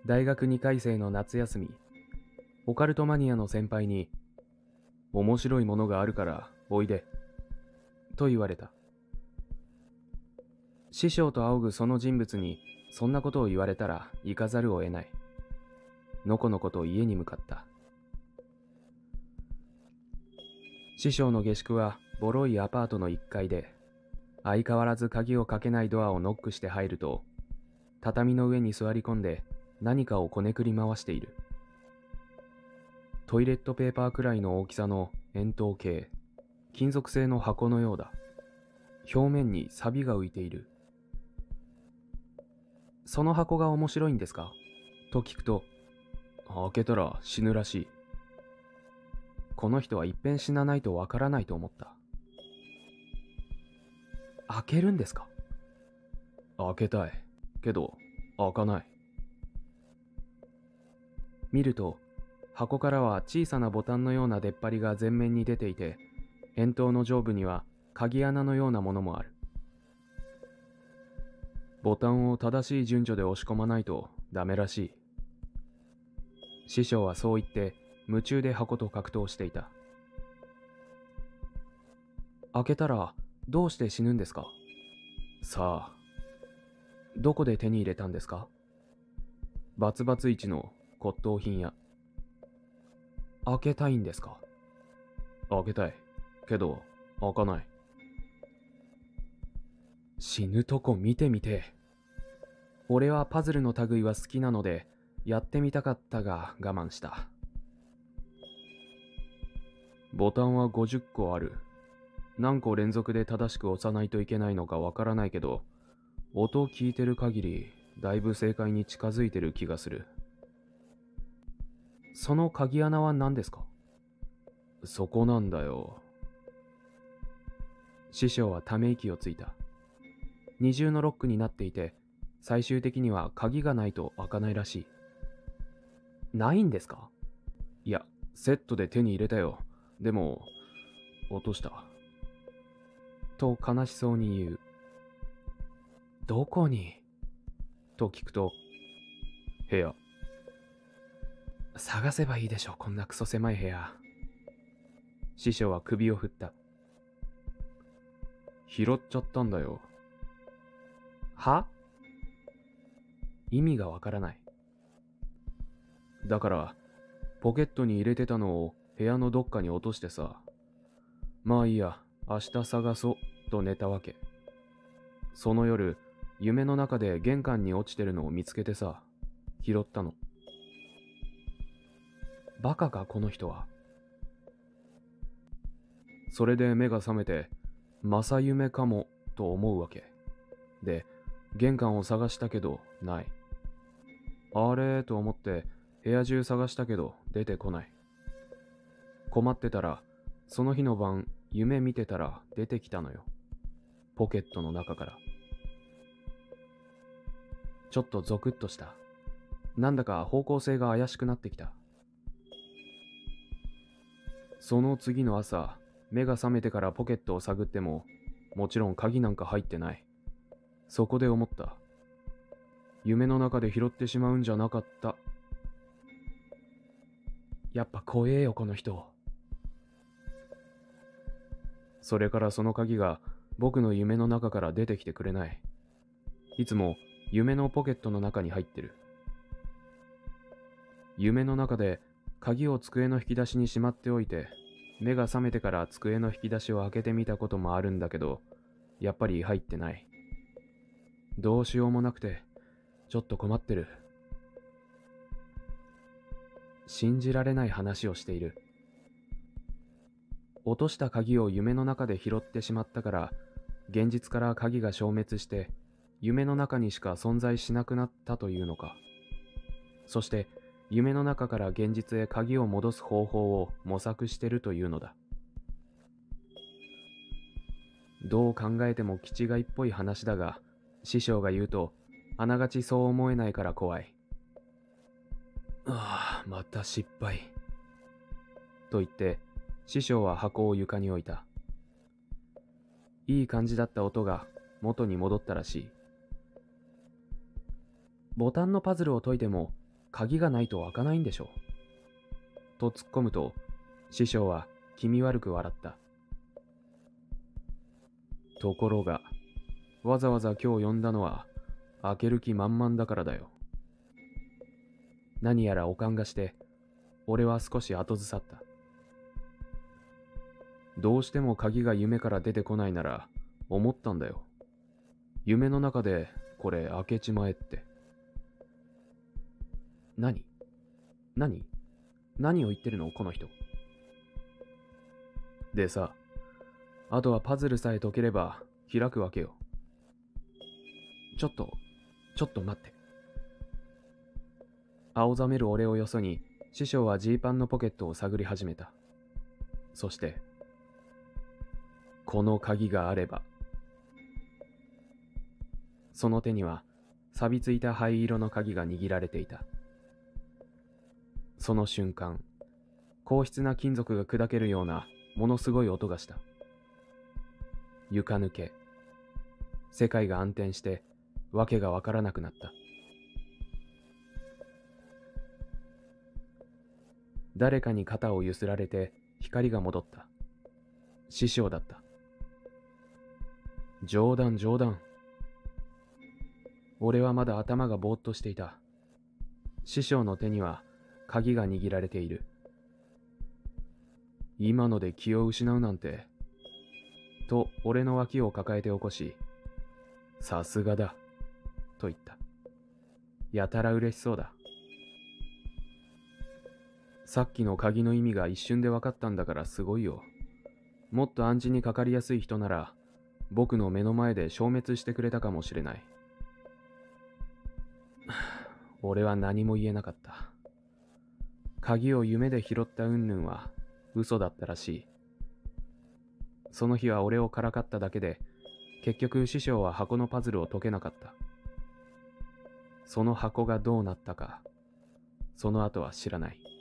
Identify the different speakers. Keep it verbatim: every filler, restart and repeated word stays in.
Speaker 1: 大学にかい生の夏休み、オカルトマニアの先輩に、面白いものがあるからおいで、と言われた。師匠と仰ぐその人物にそんなことを言われたら行かざるを得ない。のこのこと家に向かった。師匠の下宿はボロいアパートのいっかいで、相変わらず鍵をかけないドアをノックして入ると、畳の上に座り込んで何かをこねくり回している。トイレットペーパーくらいの大きさの円筒形、金属製の箱のようだ。表面に錆が浮いている。その箱が面白いんですかと聞くと、開けたら死ぬらしい。この人は一遍死なないとわからないと思った。開けるんですか？開けたい。けど、開かない。見ると、箱からは小さなボタンのような出っ張りが前面に出ていて、円筒の上部には鍵穴のようなものもある。ボタンを正しい順序で押し込まないとダメらしい。師匠はそう言って夢中で箱と格闘していた。開けたらどうして死ぬんですか？さあ、どこで手に入れたんですか？バツバツ市の骨董品屋。開けたいんですか？開けたい。けど、開かない。死ぬとこ見てみて。俺はパズルの類は好きなので、やってみたかったが我慢した。ボタンはごじゅっこある。何個連続で正しく押さないといけないのかわからないけど、音を聞いてる限り、だいぶ正解に近づいてる気がする。その鍵穴は何ですか？そこなんだよ。師匠はため息をついた。二重のロックになっていて、最終的には鍵がないと開かないらしい。ないんですか？いや、セットで手に入れたよ。でも、落とした。と悲しそうに言う。どこに？と聞くと、部屋。探せばいいでしょ、こんなクソ狭い部屋。師匠は首を振った。拾っちゃったんだよ。は？意味がわからない。だから、ポケットに入れてたのを部屋のどっかに落としてさ。まあいいや、明日探そうと寝たわけ。その夜、夢の中で玄関に落ちてるのを見つけてさ、拾ったの。バカかこの人は。それで目が覚めて、正夢かもと思うわけ。で、玄関を探したけどない。あれと思って部屋中探したけど出てこない。困ってたら、その日の晩夢見てたら出てきたのよ。ポケットの中から。ちょっとゾクッとした。なんだか方向性が怪しくなってきた。その次の朝、目が覚めてからポケットを探っても、もちろん鍵なんか入ってない。そこで思った。夢の中で拾ってしまうんじゃなかった。やっぱ怖えよこの人。それからその鍵が僕の夢の中から出てきてくれない。いつも夢のポケットの中に入ってる。夢の中で鍵を机の引き出しにしまっておいて、目が覚めてから机の引き出しを開けてみたこともあるんだけど、やっぱり入ってない。どうしようもなくて、ちょっと困ってる。信じられない話をしている。落とした鍵を夢の中で拾ってしまったから、現実から鍵が消滅して、夢の中にしか存在しなくなったというのか。そして、夢の中から現実へ鍵を戻す方法を模索してるというのだ。どう考えても気違いっぽい話だが、師匠が言うと、あながちそう思えないから怖い。ああ、また失敗。と言って、師匠は箱を床に置いた。いい感じだった音が元に戻ったらしい。ボタンのパズルを解いても、 鍵がないと開かないんでしょ。と突っ込むと、師匠は気味悪く笑った。ところが、わざわざ今日呼んだのは、開ける気満々だからだよ。何やらおかんがして、俺は少し後ずさった。どうしても鍵が夢から出てこないなら、思ったんだよ。夢の中でこれ開けちまえって。何何何を言ってるのこの人。でさ、あとはパズルさえ解ければ開くわけよ。ちょっと、ちょっと待って。青ざめる俺をよそに、師匠はジーパンのポケットを探り始めた。そして、この鍵があれば。その手には、錆びついた灰色の鍵が握られていた。その瞬間、硬質な金属が砕けるようなものすごい音がした。床抜け。世界が暗転してわけがわからなくなった。誰かに肩をゆすられて光が戻った。師匠だった。冗談冗談。俺はまだ頭がぼーっとしていた。師匠の手には鍵が握られている。今ので気を失うなんて。と俺の脇を抱えて起こし、さすがだ、と言った。やたら嬉しそうだ。さっきの鍵の意味が一瞬で分かったんだからすごいよ。もっと暗示にかかりやすい人なら、僕の目の前で消滅してくれたかもしれない。俺は何も言えなかった。鍵を夢で拾った云々は嘘だったらしい。その日は俺をからかっただけで、結局師匠は箱のパズルを解けなかった。その箱がどうなったか、その後は知らない。